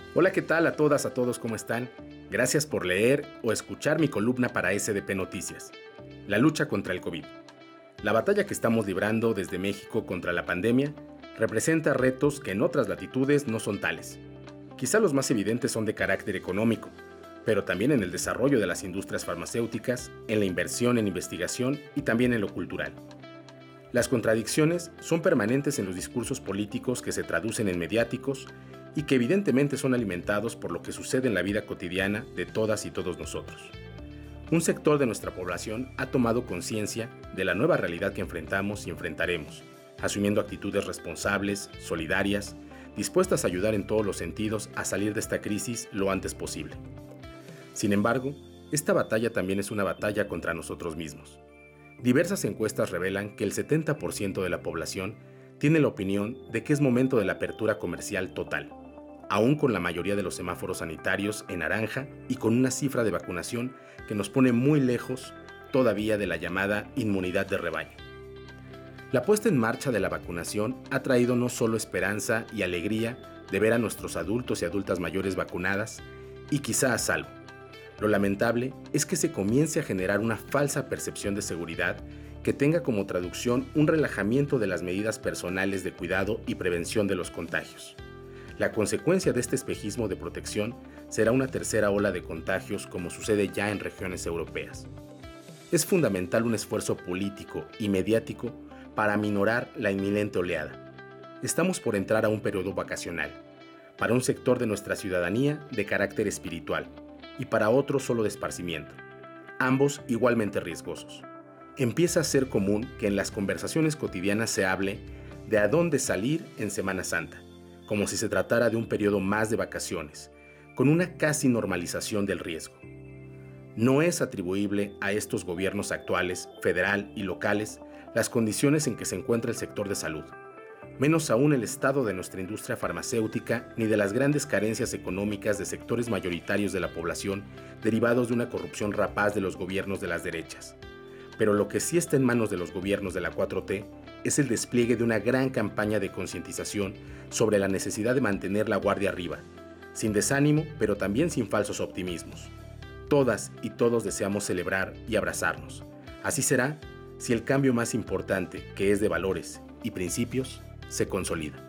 Hola, ¿qué tal a todas, a todos? ¿Cómo están? Gracias por leer o escuchar mi columna para SDP Noticias. La lucha contra el COVID. La batalla que estamos librando desde México contra la pandemia representa retos que en otras latitudes no son tales. Quizá los más evidentes son de carácter económico, pero también en el desarrollo de las industrias farmacéuticas, en la inversión en investigación y también en lo cultural. Las contradicciones son permanentes en los discursos políticos que se traducen en mediáticos y que evidentemente son alimentados por lo que sucede en la vida cotidiana de todas y todos nosotros. Un sector de nuestra población ha tomado conciencia de la nueva realidad que enfrentamos y enfrentaremos, asumiendo actitudes responsables, solidarias, dispuestas a ayudar en todos los sentidos a salir de esta crisis lo antes posible. Sin embargo, esta batalla también es una batalla contra nosotros mismos. Diversas encuestas revelan que el 70% de la población tiene la opinión de que es momento de la apertura comercial total, aún con la mayoría de los semáforos sanitarios en naranja y con una cifra de vacunación que nos pone muy lejos todavía de la llamada inmunidad de rebaño. La puesta en marcha de la vacunación ha traído no solo esperanza y alegría de ver a nuestros adultos y adultas mayores vacunadas y quizá a salvo. Lo lamentable es que se comience a generar una falsa percepción de seguridad que tenga como traducción un relajamiento de las medidas personales de cuidado y prevención de los contagios. La consecuencia de este espejismo de protección será una tercera ola de contagios como sucede ya en regiones europeas. Es fundamental un esfuerzo político y mediático para aminorar la inminente oleada. Estamos por entrar a un periodo vacacional, para un sector de nuestra ciudadanía de carácter espiritual y para otro solo de esparcimiento, ambos igualmente riesgosos. Empieza a ser común que en las conversaciones cotidianas se hable de a dónde salir en Semana Santa, como si se tratara de un periodo más de vacaciones, con una casi normalización del riesgo. No es atribuible a estos gobiernos actuales, federal y locales, las condiciones en que se encuentra el sector de salud, menos aún el estado de nuestra industria farmacéutica ni de las grandes carencias económicas de sectores mayoritarios de la población derivados de una corrupción rapaz de los gobiernos de las derechas. Pero lo que sí está en manos de los gobiernos de la 4T es el despliegue de una gran campaña de concientización sobre la necesidad de mantener la guardia arriba, sin desánimo, pero también sin falsos optimismos. Todas y todos deseamos celebrar y abrazarnos. Así será si el cambio más importante, que es de valores y principios, se consolida.